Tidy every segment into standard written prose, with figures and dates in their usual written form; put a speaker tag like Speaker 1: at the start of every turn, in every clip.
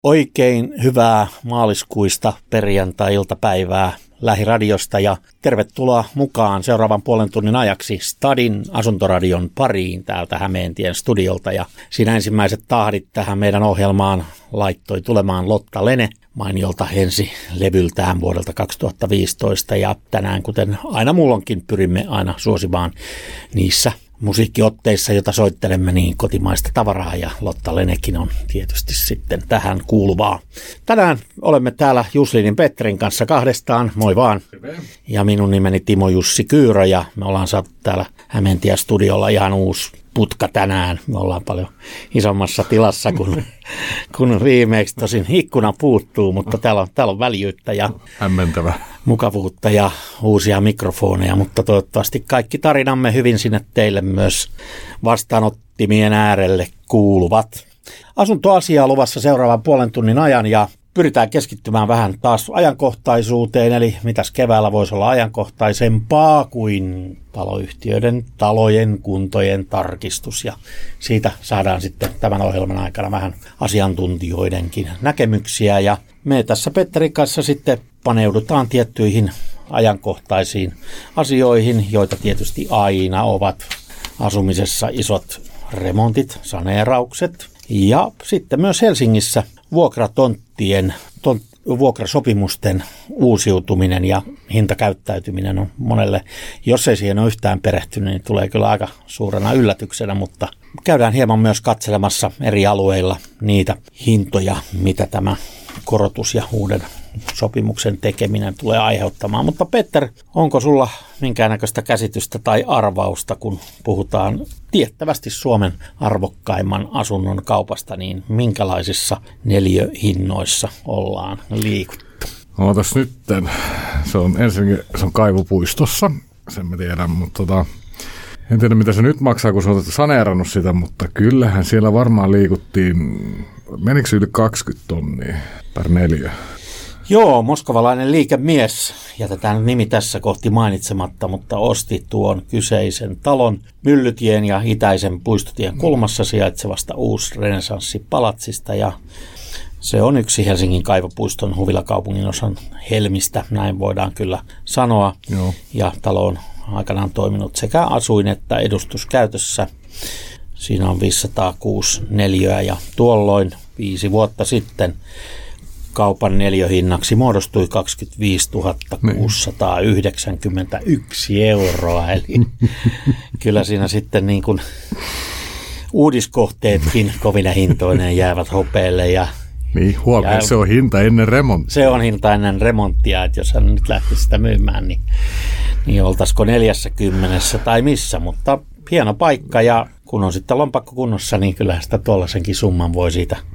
Speaker 1: Oikein hyvää maaliskuista perjantai-iltapäivää Lähiradiosta ja tervetuloa mukaan seuraavan puolen tunnin ajaksi Stadin asuntoradion pariin täältä Hämeentien studiolta. Ja siinä ensimmäiset tahdit tähän meidän ohjelmaan laittoi tulemaan Lotta Lene mainiolta ensilevyltään vuodelta 2015. Ja tänään, kuten aina mullonkin, pyrimme aina suosimaan niissä musiikkiotteissa, jota soittelemme, niin kotimaista tavaraa, ja Lotta Lenekin on tietysti sitten tähän kuuluvaa. Tänään olemme täällä Juslinin Petterin kanssa kahdestaan, moi vaan. Ja minun nimeni Timo Jussi Kyyrö, ja me ollaan saatu täällä Hämeentie studiolla ihan uusi putka tänään. Me ollaan paljon isommassa tilassa kuin viimeksi. Tosin ikkuna puuttuu, mutta täällä on väljyyttä ja
Speaker 2: hämmentävä
Speaker 1: mukavuutta ja uusia mikrofoneja, mutta toivottavasti kaikki tarinamme hyvin sinne teille myös vastaanottimien äärelle kuuluvat. Asuntoasiaa luvassa seuraavan puolen tunnin ajan ja pyritään keskittymään vähän taas ajankohtaisuuteen, eli mitäs keväällä voisi olla ajankohtaisempaa kuin taloyhtiöiden talojen kuntojen tarkistus, ja siitä saadaan sitten tämän ohjelman aikana vähän asiantuntijoidenkin näkemyksiä, ja me tässä Petterin kanssa sitten paneudutaan tiettyihin ajankohtaisiin asioihin, joita tietysti aina ovat asumisessa isot remontit, saneeraukset, ja sitten myös Helsingissä vuokratonttien, vuokrasopimusten uusiutuminen ja hintakäyttäytyminen on monelle, jos ei siihen ole yhtään perehtynyt, niin tulee kyllä aika suurena yllätyksenä, mutta käydään hieman myös katselemassa eri alueilla niitä hintoja, mitä tämä korotus ja uuden sopimuksen tekeminen tulee aiheuttamaan. Mutta Petter, onko sulla minkäännäköistä käsitystä tai arvausta, kun puhutaan tiettävästi Suomen arvokkaimman asunnon kaupasta, niin minkälaisissa neliöhinnoissa ollaan liikuttu?
Speaker 2: Ootas nytten. Se on Kaivopuistossa, sen mä tiedän, mutta en tiedä mitä se nyt maksaa, kun sä olet saneerannut sitä, mutta kyllähän siellä varmaan liikuttiin, menikö yli 20 tonnia per neliö?
Speaker 1: Joo, moskovalainen liikemies, jätetään nimi tässä kohti mainitsematta, mutta osti tuon kyseisen talon Myllytien ja Itäisen puistotien kulmassa sijaitsevasta uusrenessanssipalatsista, ja se on yksi Helsingin Kaivopuiston huvilakaupungin osan helmistä, näin voidaan kyllä sanoa.
Speaker 2: Joo. Ja
Speaker 1: talo on aikanaan toiminut sekä asuin- että edustuskäytössä. Siinä on 506 neliöä, ja tuolloin 5 vuotta sitten kaupan neliöhinnaksi muodostui 25 691 euroa, eli kyllä siinä sitten niin kuin uudiskohteetkin kovina hintoineen jäävät hopeelle. Ja
Speaker 2: se on hinta ennen remonttia.
Speaker 1: Se on hinta ennen remonttia, että jos hän nyt lähtisi sitä myymään, niin oltaisiko 40 tai missä, mutta hieno paikka, ja kun on sitten lompakko kunnossa, niin kyllähän sitä tuollaisenkin summan voi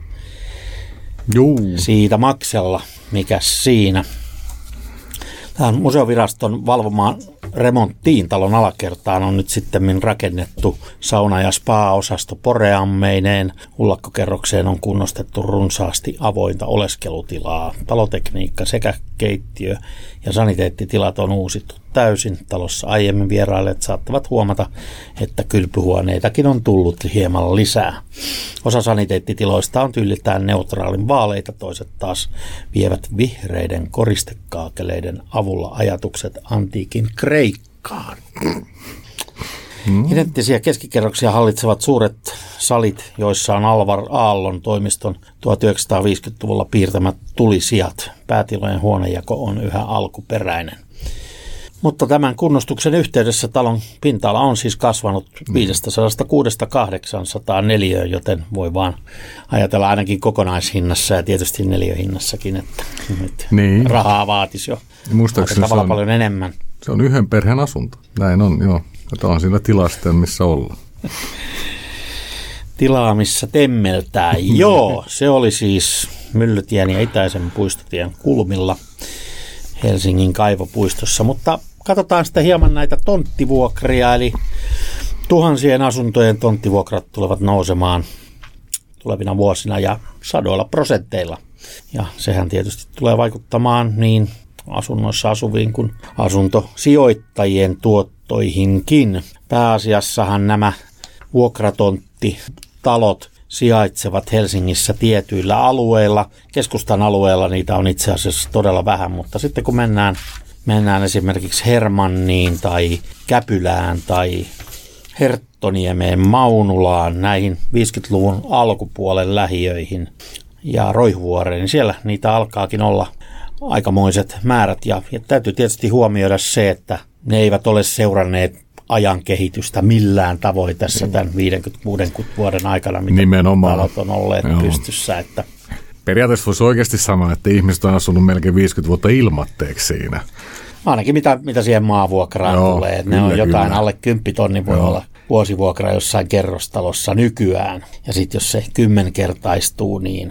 Speaker 1: siitä maksella, mikäs siinä. Tämä museoviraston valvomaan remonttiin talon alakertaan on nyt sitten rakennettu sauna- ja spa-osasto poreammeineen. Ullakkokerrokseen on kunnostettu runsaasti avointa oleskelutilaa. Talotekniikka sekä keittiö ja saniteettitilat on uusittu täysin. Talossa aiemmin vierailleet saattavat huomata, että kylpyhuoneitakin on tullut hieman lisää. Osa saniteettitiloista on tyyliltään neutraalin vaaleita, toiset taas vievät vihreiden koristekaakeleiden avulla ajatukset antiikin Kreikkaan. Identtisiä keskikerroksia hallitsevat suuret salit, joissa on Alvar Aallon toimiston 1950-luvulla piirtämät tulisijat. Päätilojen huonejako on yhä alkuperäinen. Mutta tämän kunnostuksen yhteydessä talon pinta-ala on siis kasvanut 506-800 neliöön, joten voi vaan ajatella ainakin kokonaishinnassa ja tietysti neliöhinnassakin, että nyt rahaa vaatisi jo tavallaan paljon enemmän.
Speaker 2: Se on yhden perheen asunto. Näin on, joo. Tämä on siinä tilasta, missä ollaan.
Speaker 1: Tilaa, missä temmeltää. Joo, se oli siis Myllytien ja Itäisen puistotien kulmilla Helsingin Kaivopuistossa, mutta katsotaan sitten hieman näitä tonttivuokria, eli tuhansien asuntojen tonttivuokrat tulevat nousemaan tulevina vuosina ja sadoilla prosentteilla. Ja sehän tietysti tulee vaikuttamaan niin asunnoissa asuviin kuin asuntosijoittajien tuottoihinkin. Pääasiassahan nämä vuokratonttitalot sijaitsevat Helsingissä tietyillä alueilla. Keskustan alueella niitä on itse asiassa todella vähän, mutta sitten kun mennään esimerkiksi Hermanniin tai Käpylään tai Herttoniemeen, Maunulaan, näihin 50-luvun alkupuolen lähiöihin ja Roihuvuoreen, niin siellä niitä alkaakin olla aikamoiset määrät. Ja täytyy tietysti huomioida se, että ne eivät ole seuranneet ajan kehitystä millään tavoin tässä tämän 50-60 vuoden aikana, mitä talot on olleet pystyssä. Että
Speaker 2: periaatteessa voisi oikeasti sanoa, että ihmiset on asunut melkein 50 vuotta ilmatteeksi siinä.
Speaker 1: Ainakin mitä siihen maavuokraan tulee. Ne on jotain alle 10 tonnin voi olla vuosivuokra jossain kerrostalossa nykyään. Ja sitten jos se 10-kertaistuu, niin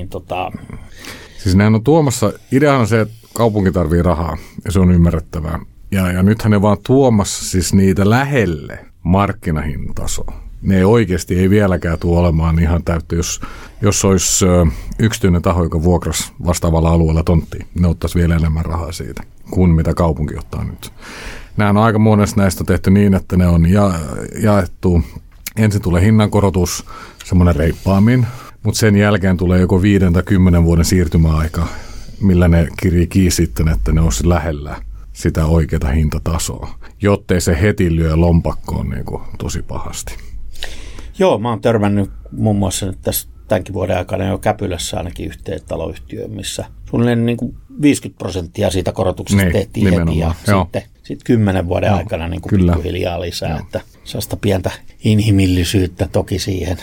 Speaker 2: Siis nehän on tuomassa, ideahan on se, että kaupunki tarvii rahaa ja se on ymmärrettävää. Ja nythän ne vaan tuomassa siis niitä lähelle markkinahintasoa. Ne oikeasti ei vieläkään tule olemaan ihan täyttä, jos olisi yksityinen taho, joka vuokrasi vastaavalla alueella tonttia. Ne ottaisi vielä enemmän rahaa siitä kuin mitä kaupunki ottaa nyt. Nämä on aika monesta näistä tehty niin, että ne on jaettu. Ensin tulee hinnankorotus, semmoinen reippaammin, mutta sen jälkeen tulee joko 5 tai 10 vuoden siirtymäaika, millä ne kirii sitten, että ne olisi lähellä sitä oikeaa hintatasoa, jottei se heti lyö lompakkoon niin kuin tosi pahasti.
Speaker 1: Joo, mä oon törmännyt muun muassa nyt tässä tämänkin vuoden aikana jo Käpylässä ainakin yhteen taloyhtiöön, missä suunnilleen niin kuin 50% siitä korotuksesta tehtiin heti ja sitten 10 vuoden aikana niin kuin pikkuhiljaa lisää, että sellaista pientä inhimillisyyttä toki siihen.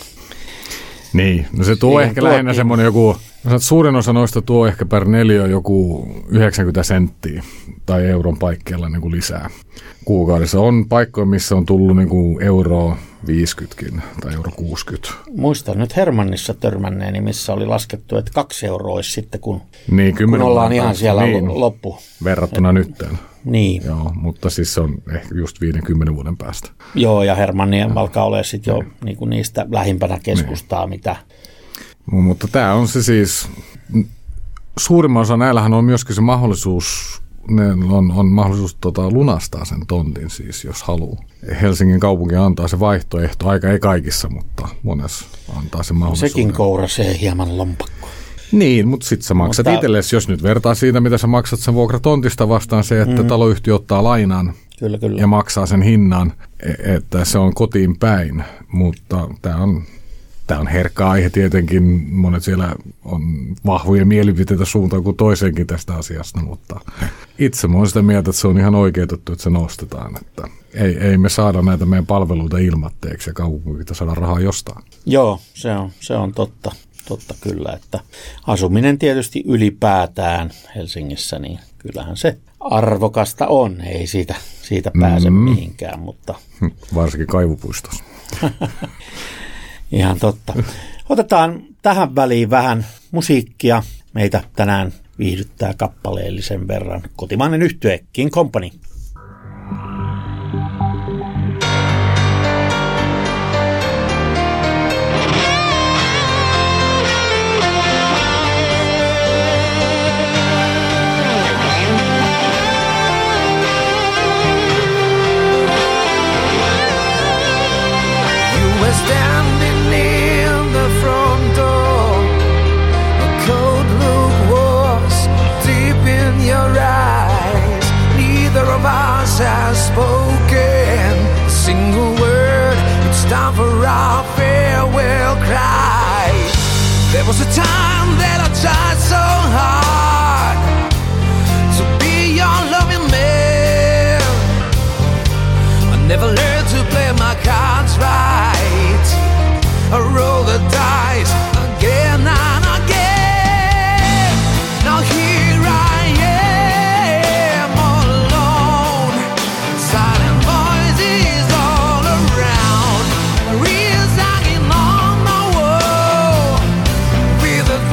Speaker 2: Niin, no se tuo ehkä lähinnä semmoinen joku, suurin osa noista tuo ehkä per neliö joku 90 senttiä tai euron paikkeilla niin kuin lisää kuukaudessa. On paikkoja, missä on tullut niin kuin euro 50kin tai euro 60.
Speaker 1: Muistan nyt Hermannissa törmänneeni, missä oli laskettu, että 2 euroa olisi sitten, kun
Speaker 2: kun
Speaker 1: ollaan ihan siellä loppu.
Speaker 2: Verrattuna nytteen.
Speaker 1: Niin.
Speaker 2: Joo, mutta siis se on ehkä just 50 vuoden päästä.
Speaker 1: Joo, ja Hermannien alkaa olla sitten jo niin kuin niistä lähimpänä keskustaa, mitä.
Speaker 2: Mutta tämä on se siis, suurimman osa näillähän on myöskin se mahdollisuus, on mahdollisuus lunastaa sen tontin siis, jos haluaa. Helsingin kaupunki antaa se vaihtoehto, aika ei kaikissa, mutta monessa antaa se mahdollisuus.
Speaker 1: Sekin kourasee hieman lompakko.
Speaker 2: Niin, mutta sitten sä maksat itsellesi, jos nyt vertaa siitä, mitä sä maksat sen vuokratontista vastaan se, että taloyhtiö ottaa lainan ja maksaa sen hinnan, että se on kotiin päin, mutta tämä on herkkä aihe tietenkin, monet siellä on vahvoja mielipiteitä suuntaan kuin toiseenkin tästä asiasta, mutta itse mä oon sitä mieltä, että se on ihan oikeutettu, että se nostetaan, että ei me saada näitä meidän palveluita ilmatteeksi ja kaupunki pitää saada rahaa jostain.
Speaker 1: Joo, se on totta kyllä, että asuminen tietysti ylipäätään Helsingissä, niin kyllähän se arvokasta on, ei siitä pääse mihinkään, mutta
Speaker 2: varsinkin kaivupuistossa.
Speaker 1: Ihan totta. Otetaan tähän väliin vähän musiikkia. Meitä tänään viihdyttää kappaleellisen verran kotimainen yhtye King Company.
Speaker 3: Has spoken a single word. It's time for our farewell cry. There was a time that I tried so hard to be your loving man. I never learned to play my cards right. I roll the dice again and again. Now here I am all alone. Silent voices all around. Reels hanging on the wall with a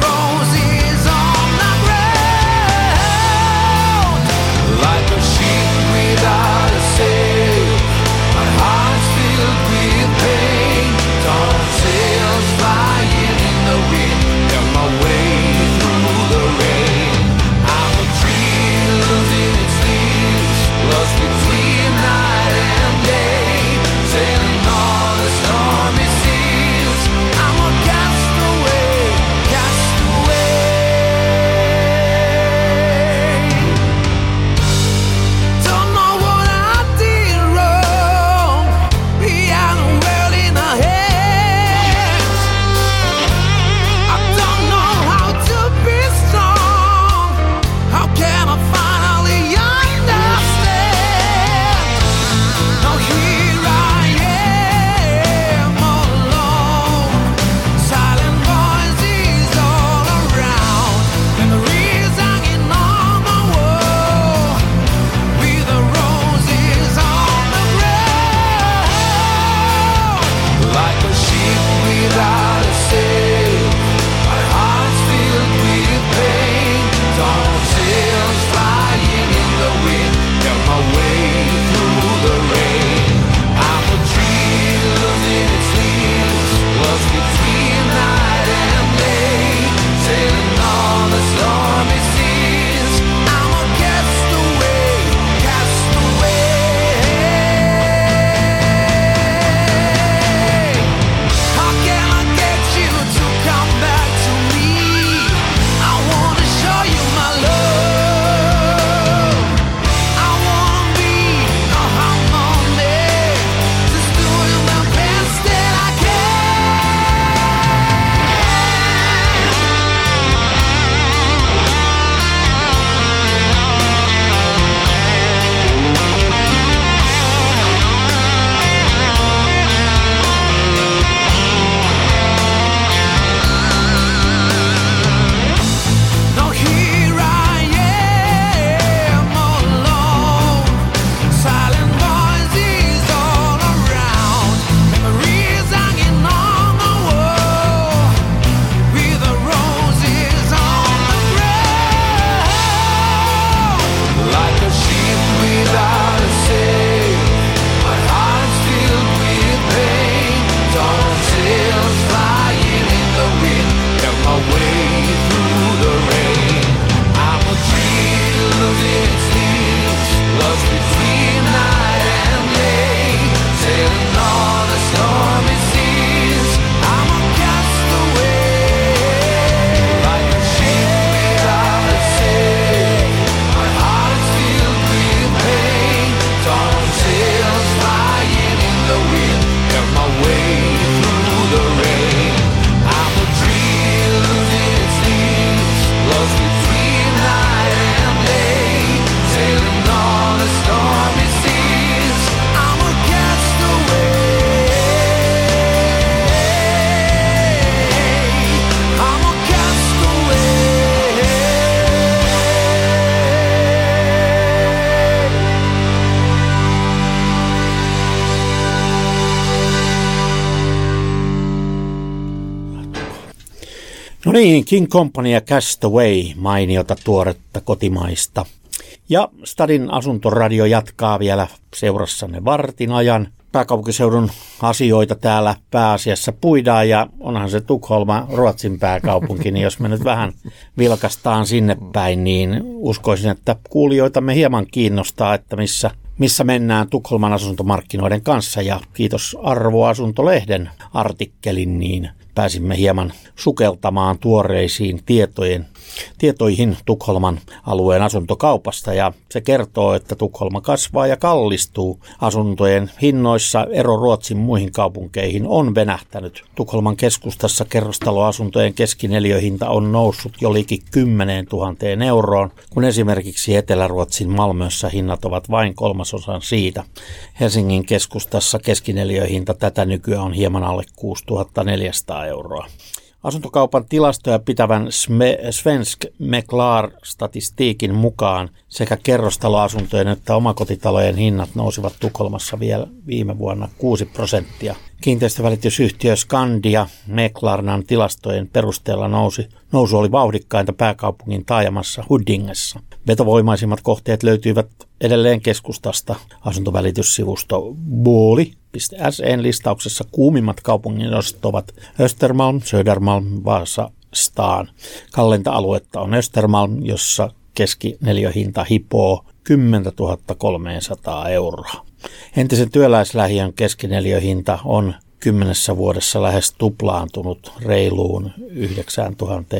Speaker 1: No niin, King Company ja Castaway, mainiota tuoretta kotimaista. Ja Stadin asuntoradio jatkaa vielä seurassanne vartin ajan. Pääkaupunkiseudun asioita täällä pääasiassa puidaan ja onhan se Tukholma Ruotsin pääkaupunki, niin jos me nyt vähän vilkastaan sinne päin, niin uskoisin, että kuulijoitamme hieman kiinnostaa, että missä mennään Tukholman asuntomarkkinoiden kanssa. Ja kiitos Arvo Asuntolehden artikkelin, niin pääsimme hieman sukeltamaan tuoreisiin tietoihin Tukholman alueen asuntokaupasta, ja se kertoo, että Tukholma kasvaa ja kallistuu. Asuntojen hinnoissa ero Ruotsin muihin kaupunkeihin on venähtänyt. Tukholman keskustassa kerrostaloasuntojen keskineliöhinta on noussut jo liki 10 000 euroon, kun esimerkiksi Etelä-Ruotsin Malmössä hinnat ovat vain 1/3 siitä. Helsingin keskustassa keskineliöhinta tätä nykyään on hieman alle 6 400 euroa. Asuntokaupan tilastoja pitävän Svensk Mäklar-statistiikin mukaan sekä kerrostaloasuntojen että omakotitalojen hinnat nousivat Tukholmassa vielä viime vuonna 6%. Kiinteistövälitysyhtiö Skandia Mäklarnan tilastojen perusteella nousu oli vauhdikkainta pääkaupungin taajamassa Huddingessa. Vetovoimaisimmat kohteet löytyivät edelleen keskustasta. Asuntovälityssivusto Booli.sen listauksessa kuumimmat kaupungin osat ovat Östermalm, Södermalm, Vaasa, Staan. Kalleinta aluetta on Östermalm, jossa keskineliöhinta hipoo 10 300 euroa. Entisen työläislähiön keskineliöhinta on 10 vuodessa lähes tuplaantunut reiluun 9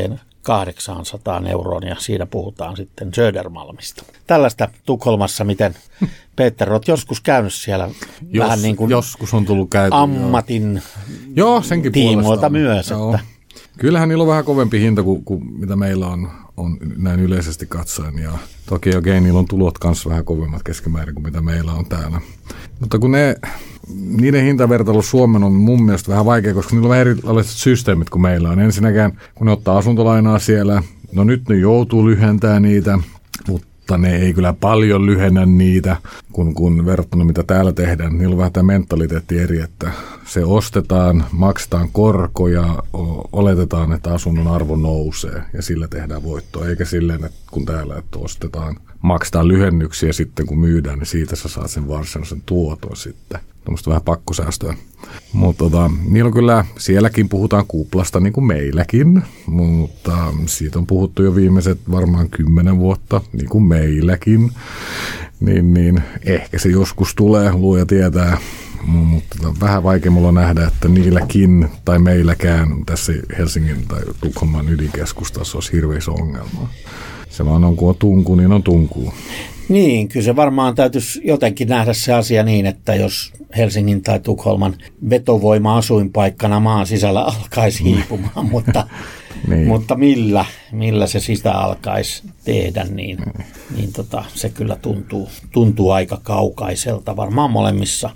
Speaker 1: 800 euroon, ja siinä puhutaan sitten Södermalmista. Tällaista Tukholmassa, miten Peter, olet joskus käynyt siellä vähän niin kuin
Speaker 2: joskus on tullut käyty,
Speaker 1: ammatin
Speaker 2: senkin
Speaker 1: tiimoilta myös. Että.
Speaker 2: Kyllähän niillä on vähän kovempi hinta kuin mitä meillä on näin yleisesti katsoen, ja toki niillä on tulot kanssa vähän kovemmat keskimäärin kuin mitä meillä on täällä. Mutta kun niiden hintavertailu Suomen on mun mielestä vähän vaikea, koska niillä on vähän erilaiset systeemit kuin meillä on. Ensinnäkään, kun ne ottaa asuntolainaa siellä, no nyt ne joutuu lyhentämään niitä, mutta ne ei kyllä paljon lyhennä niitä, kun verrattuna mitä täällä tehdään. Niillä on vähän tämä mentaliteetti eri, että se ostetaan, maksetaan korko ja oletetaan, että asunnon arvo nousee ja sillä tehdään voittoa. Eikä silleen, että kun täällä että ostetaan, maksetaan lyhennyksiä sitten kun myydään, niin siitä sä saat sen varsinaisen tuoton sitten. Tuommoista vähän pakkosäästöä. Mutta niillä on kyllä, sielläkin puhutaan kuplasta niin kuin meilläkin, mutta siitä on puhuttu jo viimeiset varmaan 10 vuotta, niin kuin meilläkin. Niin ehkä se joskus tulee, luoja tietää, mutta vähän vaikea mulla nähdä, että niilläkin tai meilläkään tässä Helsingin tai Tukholman ydinkeskustassa olisi hirveä iso ongelma. Se vaan on, kun on tunku, niin on tunkuu.
Speaker 1: Niin, kyllä se varmaan täytyisi jotenkin nähdä se asia niin, että jos Helsingin tai Tukholman vetovoima asuinpaikkana maan sisällä alkaisi hiipumaan, mutta millä se sitä alkaisi tehdä, niin se kyllä tuntuu aika kaukaiselta varmaan molemmissa.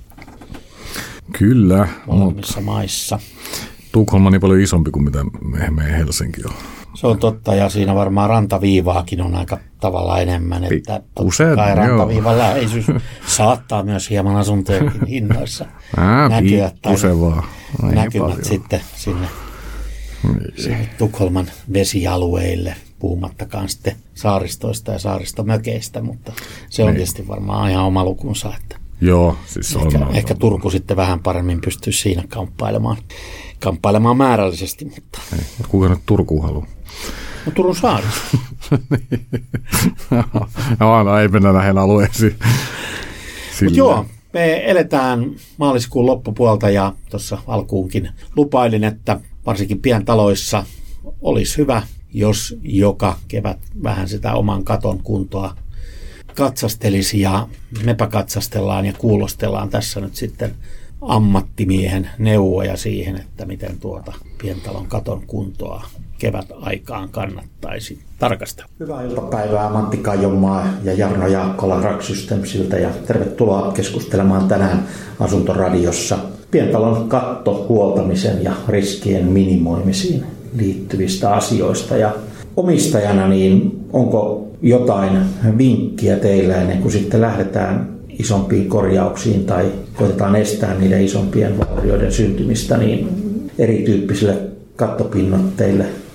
Speaker 2: Kyllä.
Speaker 1: Molemmissa maissa.
Speaker 2: Tukholma on niin paljon isompi kuin mitä meidän Helsinki on.
Speaker 1: Se on totta, ja siinä varmaan rantaviivaakin on aika tavalla enemmän, että totta kai rantaviivan läheisyys saattaa myös hieman asuntojenkin hinnoissa näkyä, tai näkymät sitten sinne Tukholman vesialueille, puhumattakaan sitten saaristoista ja saaristomökeistä, mutta se on tietysti varmaan ihan oma lukunsa, että
Speaker 2: joo, siis
Speaker 1: ehkä Turku sitten vähän paremmin pystyy siinä kamppailemaan määrällisesti. Mutta
Speaker 2: kuka nyt Turkuun haluaa?
Speaker 1: No Turun saaristo.
Speaker 2: No, ei mennä näihin alueisiin.
Speaker 1: Mutta joo, me eletään maaliskuun loppupuolta, ja tuossa alkuunkin lupailin, että varsinkin pientaloissa olisi hyvä, jos joka kevät vähän sitä oman katon kuntoa katsastelisi, ja mepä katsastellaan ja kuulostellaan tässä nyt sitten ammattimiehen neuvoja siihen, että miten tuota pientalon katon kuntoa kevät aikaan kannattaisi tarkastella. Hyvää iltapäivää Mantti Kaijonmaa ja Jarno Jaakkola Rack Systemsiltä, ja tervetuloa keskustelemaan tänään Asuntoradiossa pientalon kattohuoltamisen ja riskien minimoimisiin liittyvistä asioista. Ja omistajana, niin onko jotain vinkkiä teillä ennen kuin sitten lähdetään isompiin korjauksiin tai koitetaan estää niiden isompien vaurioiden syntymistä, niin erityyppisille kattopinnoitteille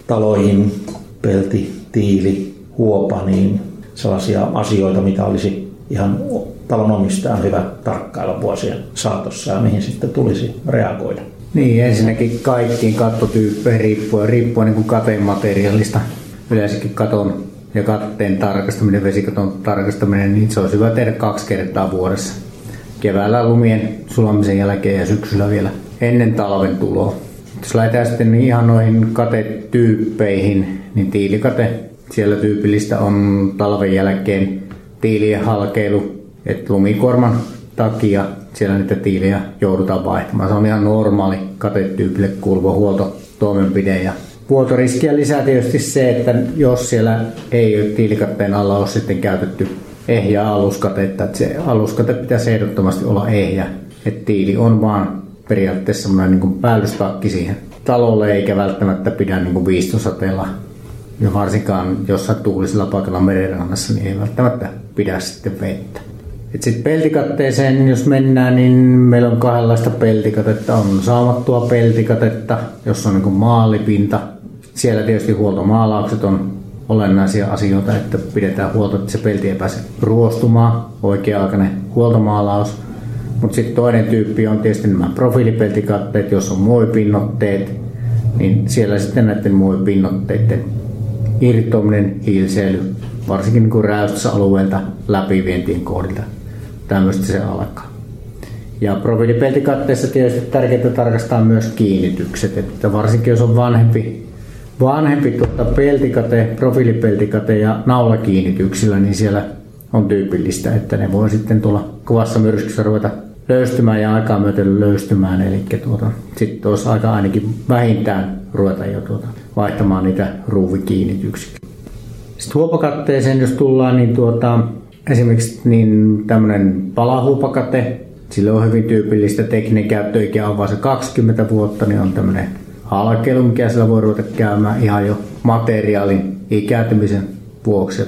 Speaker 1: taloihin, pelti, tiili, huopa, niin sellaisia asioita, mitä olisi ihan talonomistajan hyvä tarkkailla vuosien saatossa ja mihin sitten tulisi reagoida.
Speaker 4: Niin, ensinnäkin kaikkiin kattotyyppeihin riippuen niin kuin kateen materiaalista. Yleensäkin katon ja katteen tarkastaminen, vesikaton tarkastaminen, niin se olisi hyvä tehdä 2 kertaa vuodessa. Keväällä lumien sulamisen jälkeen ja syksyllä vielä ennen talven tuloa. Jos lähdetään sitten ihan noihin katetyyppeihin, niin tiilikate, siellä tyypillistä on talven jälkeen tiilien halkeilu, että lumikuorman takia siellä niitä tiilejä joudutaan vaihtamaan. Se on ihan normaali katetyypille kuuluva huoltotoimenpide. Ja vuotoriskiä lisää tietysti se, että jos siellä ei ole tiilikatteen alla ole sitten käytetty ehjää aluskatetta, että se aluskate pitäisi ehdottomasti olla ehjä. Että tiili on vaan periaatteessa semmoinen niin kuin päällystakki siihen talolle, eikä välttämättä pidä niin kuin viistosateella. Ja varsinkaan jossain tuulisella paikalla merenrannassa, niin ei välttämättä pidä sitten vettä. Sitten peltikatteeseen, jos mennään, niin meillä on 2 peltikatetta. On saamattua peltikatetta, jossa on niin kuin maalipinta. Siellä tietysti huoltomaalaukset on olennaisia asioita, että pidetään huolta, että se pelti ei pääse ruostumaan. Oikea-aikainen huoltomaalaus. Mutta sitten toinen tyyppi on tietysti nämä profiilipeltikatteet, jos on muovipinnotteet, niin siellä sitten näiden muovipinnotteiden irtoaminen, hiilseily, varsinkin niin kuin räystysalueelta läpivientien kohdilta. Tämmöistä se alkaa. Ja profiilipeltikatteessa tietysti tärkeää tarkastaa myös kiinnitykset, että varsinkin jos on vanhempi peltikate, profiilipeltikate ja naulakiinnityksillä, niin siellä on tyypillistä, että ne voi sitten tulla kovassa myrskyssä ruveta löystymään ja aikaa myöten löystymään. Eli sitten olisi aika ainakin vähintään ruveta jo vaihtamaan niitä ruuvikiinnityksiä. Sitten huopakatteeseen, jos tullaan, niin esimerkiksi niin tämmöinen palahuopakate, sillä on hyvin tyypillistä tekninen käyttöikä on vain se 20 vuotta, niin on tämmöinen halkeilu, mikä sillä voi ruveta käymään ihan jo materiaalin ikääntymisen vuoksi.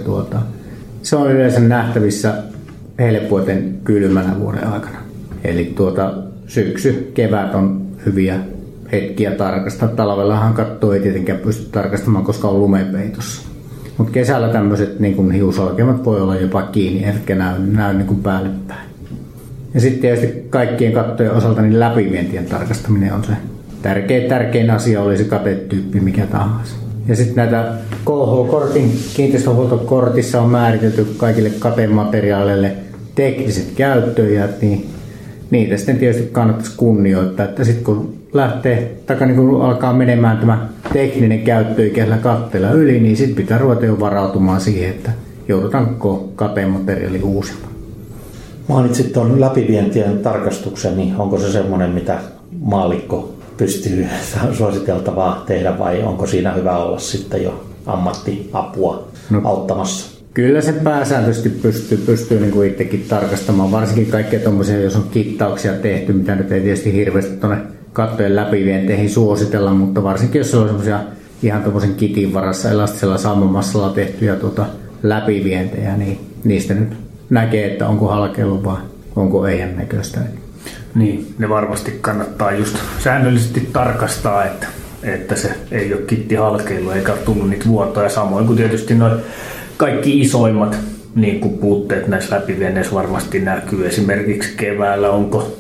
Speaker 4: Se on yleensä nähtävissä helpoiten kylmänä vuoden aikana. Eli syksy, kevät on hyviä hetkiä tarkastaa. Talvellahan kattoa ei tietenkään pysty tarkastamaan, koska on lumepeitossa. Mutta kesällä tämmöiset niin hiusalkeimat voi olla jopa kiinni, eivätkä näy niin kuin päälle päin. Ja sitten tietysti kaikkien kattojen osalta niin läpivientien tarkastaminen on se tärkein asia, oli se katetyyppi mikä tahansa. Ja sitten näitä KH-kortin kiinteistöhuoltokortissa on määritelty kaikille katemateriaaleille tekniset käyttöjät, niin niitä sitten tietysti kannattaisi kunnioittaa, että sitten kun lähtee niin kun alkaa menemään tämä tekninen käyttöikäisellä katteella yli, niin sitten pitää ruveta jo varautumaan siihen, että joudutaanko katemateriaali uusimaan.
Speaker 1: Mainitsit tuon läpivientien tarkastuksen, niin onko se semmoinen, mitä maallikko pystyy suositeltavaa tehdä vai onko siinä hyvä olla sitten jo ammattiapua auttamassa?
Speaker 4: Kyllä se pääsääntöisesti pystyy niin kuin itsekin tarkastamaan, varsinkin kaikkia tuommoisia, jos on kittauksia tehty, mitä nyt ei tietysti hirveästi tuonne kattojen läpivienteihin suositella, mutta varsinkin jos on semmoisia ihan tuommoisen kitin varassa elastisella sammumassalla tehtyjä läpivientejä, niin niistä nyt näkee, että onko halkeilu vai onko eihän näköistä.
Speaker 5: Niin, ne varmasti kannattaa just säännöllisesti tarkastaa, että se ei ole kittihalkeilu eikä ole tullut niitä vuotoja. Samoin kuin tietysti noin kaikki isoimmat niin kuin puutteet näissä läpivienneissä varmasti näkyy. Esimerkiksi keväällä onko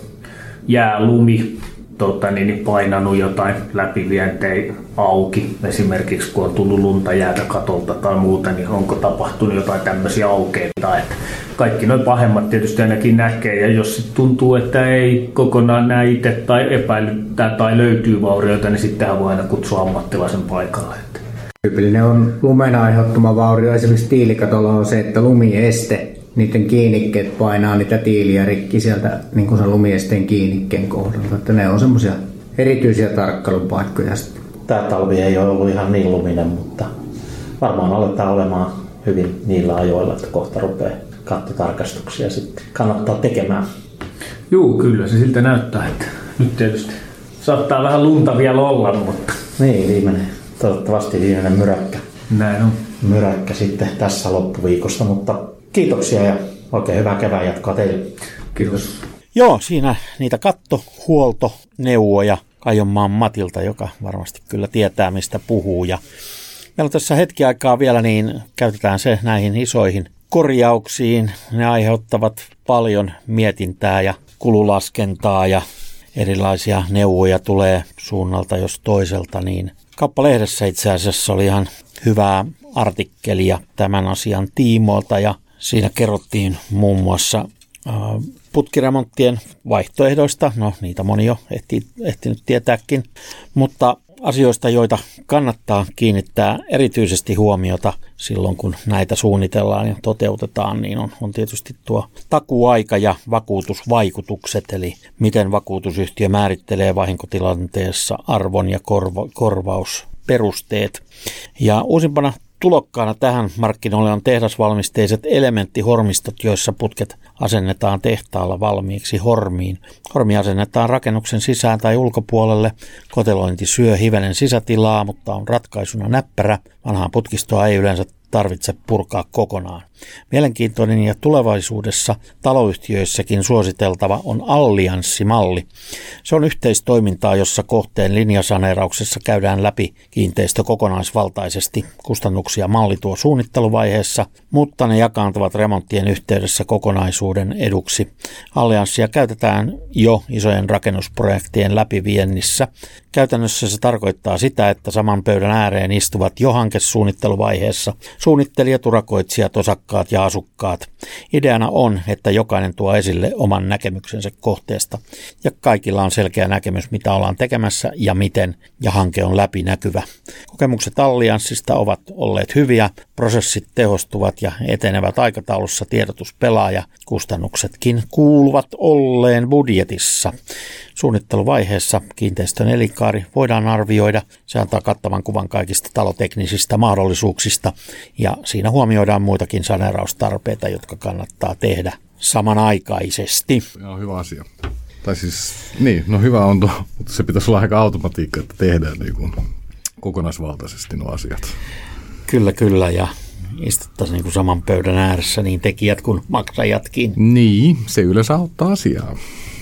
Speaker 5: jäälumi painanut jotain läpivientejä auki. Esimerkiksi kun on tullut lunta jäätä katolta tai muuta, niin onko tapahtunut jotain tämmöisiä aukeita. Että kaikki noin pahemmat tietysti ainakin näkee, ja jos sit tuntuu, että ei kokonaan näe itse tai epäilyttää tai löytyy vaurioita, niin sittenhän voi aina kutsua ammattilaisen paikalle.
Speaker 4: Tyypillinen on lumen aiheuttama vaurio. Esimerkiksi tiilikatolla on se, että lumieste, niiden kiinnikkeet painaa niitä tiiliä rikki sieltä niin kuin sen lumiesteen kiinnikkeen kohdalta. Että ne on semmoisia erityisiä tarkkailupaikkoja.
Speaker 1: Tämä talvi ei ole ollut ihan niin luminen, mutta varmaan aletaan olemaan hyvin niillä ajoilla, että kohta rupeaa kattotarkastuksia sitten kannattaa tekemään.
Speaker 5: Joo, kyllä se siltä näyttää, että nyt tietysti saattaa vähän lunta vielä olla, mutta...
Speaker 1: Niin, toivottavasti viimeinen myräkkä.
Speaker 5: Näin on.
Speaker 1: Myräkkä sitten tässä loppuviikosta, mutta kiitoksia ja oikein hyvää kevään jatkoa teille.
Speaker 5: Kiitos.
Speaker 1: Joo, siinä niitä kattohuoltoneuvoja Kaijonmaan Matilta, joka varmasti kyllä tietää, mistä puhuu. Ja meillä on tässä hetki aikaa vielä, niin käytetään se näihin isoihin korjauksiin. Ne aiheuttavat paljon mietintää ja kululaskentaa ja erilaisia neuvoja tulee suunnalta jos toiselta. Niin Kauppalehdessä itse asiassa oli ihan hyvää artikkelia tämän asian tiimoilta ja siinä kerrottiin muun muassa putkiremonttien vaihtoehdoista. No niitä moni jo ehtinyt tietääkin, mutta asioista, joita kannattaa kiinnittää erityisesti huomiota silloin, kun näitä suunnitellaan ja toteutetaan, niin on tietysti tuo takuaika ja vakuutusvaikutukset, eli miten vakuutusyhtiö määrittelee vahinkotilanteessa arvon ja korvausperusteet. Ja uusimpana tulokkaana tähän markkinoille on tehdasvalmisteiset elementtihormistot, joissa putket asennetaan tehtaalla valmiiksi hormiin. Hormi asennetaan rakennuksen sisään tai ulkopuolelle. Kotelointi syö hivenen sisätilaa, mutta on ratkaisuna näppärä. Vanhaa putkistoa ei yleensä tarvitse purkaa kokonaan. Mielenkiintoinen ja tulevaisuudessa taloyhtiöissäkin suositeltava on allianssimalli. Se on yhteistoimintaa, jossa kohteen linjasaneerauksessa käydään läpi kiinteistö kokonaisvaltaisesti. Kustannuksia malli tuo suunnitteluvaiheessa, mutta ne jakaantuvat remonttien yhteydessä kokonaisuuden eduksi. Allianssia käytetään jo isojen rakennusprojektien läpiviennissä. Käytännössä se tarkoittaa sitä, että saman pöydän ääreen istuvat jo hankesuunnitteluvaiheessa suunnittelijat, urakoitsijat, osakkaat ja asukkaat. Ideana on, että jokainen tuo esille oman näkemyksensä kohteesta ja kaikilla on selkeä näkemys, mitä ollaan tekemässä ja miten, ja hanke on läpinäkyvä. Kokemukset allianssista ovat olleet hyviä, prosessit tehostuvat ja etenevät aikataulussa, tiedotus pelaa ja kustannuksetkin kuuluvat olleen budjetissa. Suunnitteluvaiheessa kiinteistön elinkaari voidaan arvioida. Se antaa kattavan kuvan kaikista taloteknisistä mahdollisuuksista ja siinä huomioidaan muitakin saneeraustarpeita, jotka kannattaa tehdä samanaikaisesti.
Speaker 2: Joo, hyvä asia. Tai siis, niin, no hyvä on tuo, mutta se pitäisi olla aika automatiikka, että tehdään niin kuin kokonaisvaltaisesti nuo asiat.
Speaker 1: Kyllä, ja istuttaisiin niin kuin saman pöydän ääressä niin tekijät kuin maksajatkin.
Speaker 2: Niin, se yleensä auttaa asiaa.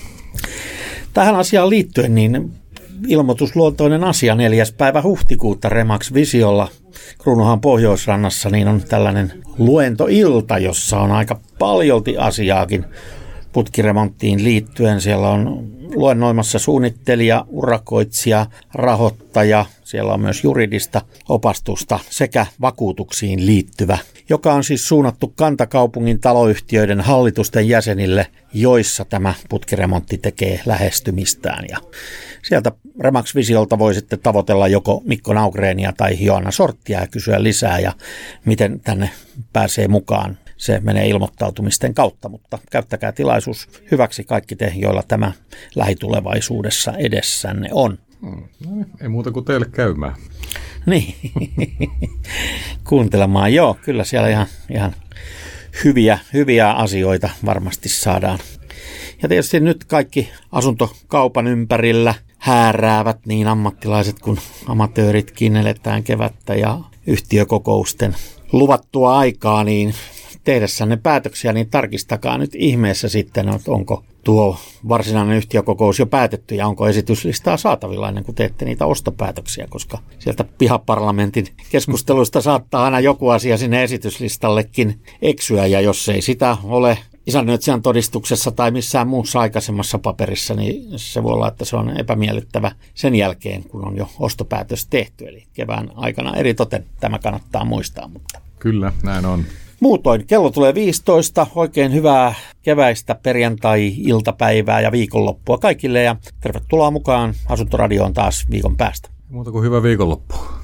Speaker 1: Tähän asiaan liittyen niin ilmoitusluontoinen asia 4. päivä huhtikuuta Remax Visiolla Kruunuhan Pohjoisrannassa niin on tällainen luentoilta, jossa on aika paljolti asiaakin putkiremonttiin liittyen. Siellä on luennoimassa suunnittelija, urakoitsija, rahoittaja, siellä on myös juridista opastusta sekä vakuutuksiin liittyvä, joka on siis suunnattu kantakaupungin taloyhtiöiden hallitusten jäsenille, joissa tämä putkiremontti tekee lähestymistään. Ja sieltä Remax Visiolta voi sitten tavoitella joko Mikko Naugreenia tai Joanna Sorttia ja kysyä lisää ja miten tänne pääsee mukaan. Se menee ilmoittautumisten kautta, mutta käyttäkää tilaisuus hyväksi kaikki te, joilla tämä lähitulevaisuudessa edessänne on.
Speaker 2: No, ei muuta kuin teille käymään.
Speaker 1: Niin, kuuntelemaan. Joo, kyllä siellä ihan hyviä asioita varmasti saadaan. Ja tietysti nyt kaikki asuntokaupan ympärillä hääräävät niin ammattilaiset kuin amatööritkin, eletään kevättä ja yhtiökokousten luvattua aikaa, niin tehdessänne päätöksiä, niin tarkistakaa nyt ihmeessä sitten, että onko tuo varsinainen yhtiökokous jo päätetty ja onko esityslistaa saatavilla ennen kuin teette niitä ostopäätöksiä, koska sieltä pihaparlamentin keskusteluista saattaa aina joku asia sinne esityslistallekin eksyä, ja jos ei sitä ole isännöitsijän todistuksessa tai missään muussa aikaisemmassa paperissa, niin se voi olla, että se on epämiellyttävä sen jälkeen, kun on jo ostopäätös tehty. Eli kevään aikana eritoten tämä kannattaa muistaa. Mutta
Speaker 2: kyllä, näin on.
Speaker 1: Muutoin kello tulee 15. Oikein hyvää keväistä perjantai-iltapäivää ja viikonloppua kaikille ja tervetuloa mukaan Asuntoradioon taas viikon päästä.
Speaker 2: Muuta kuin hyvää viikonloppua.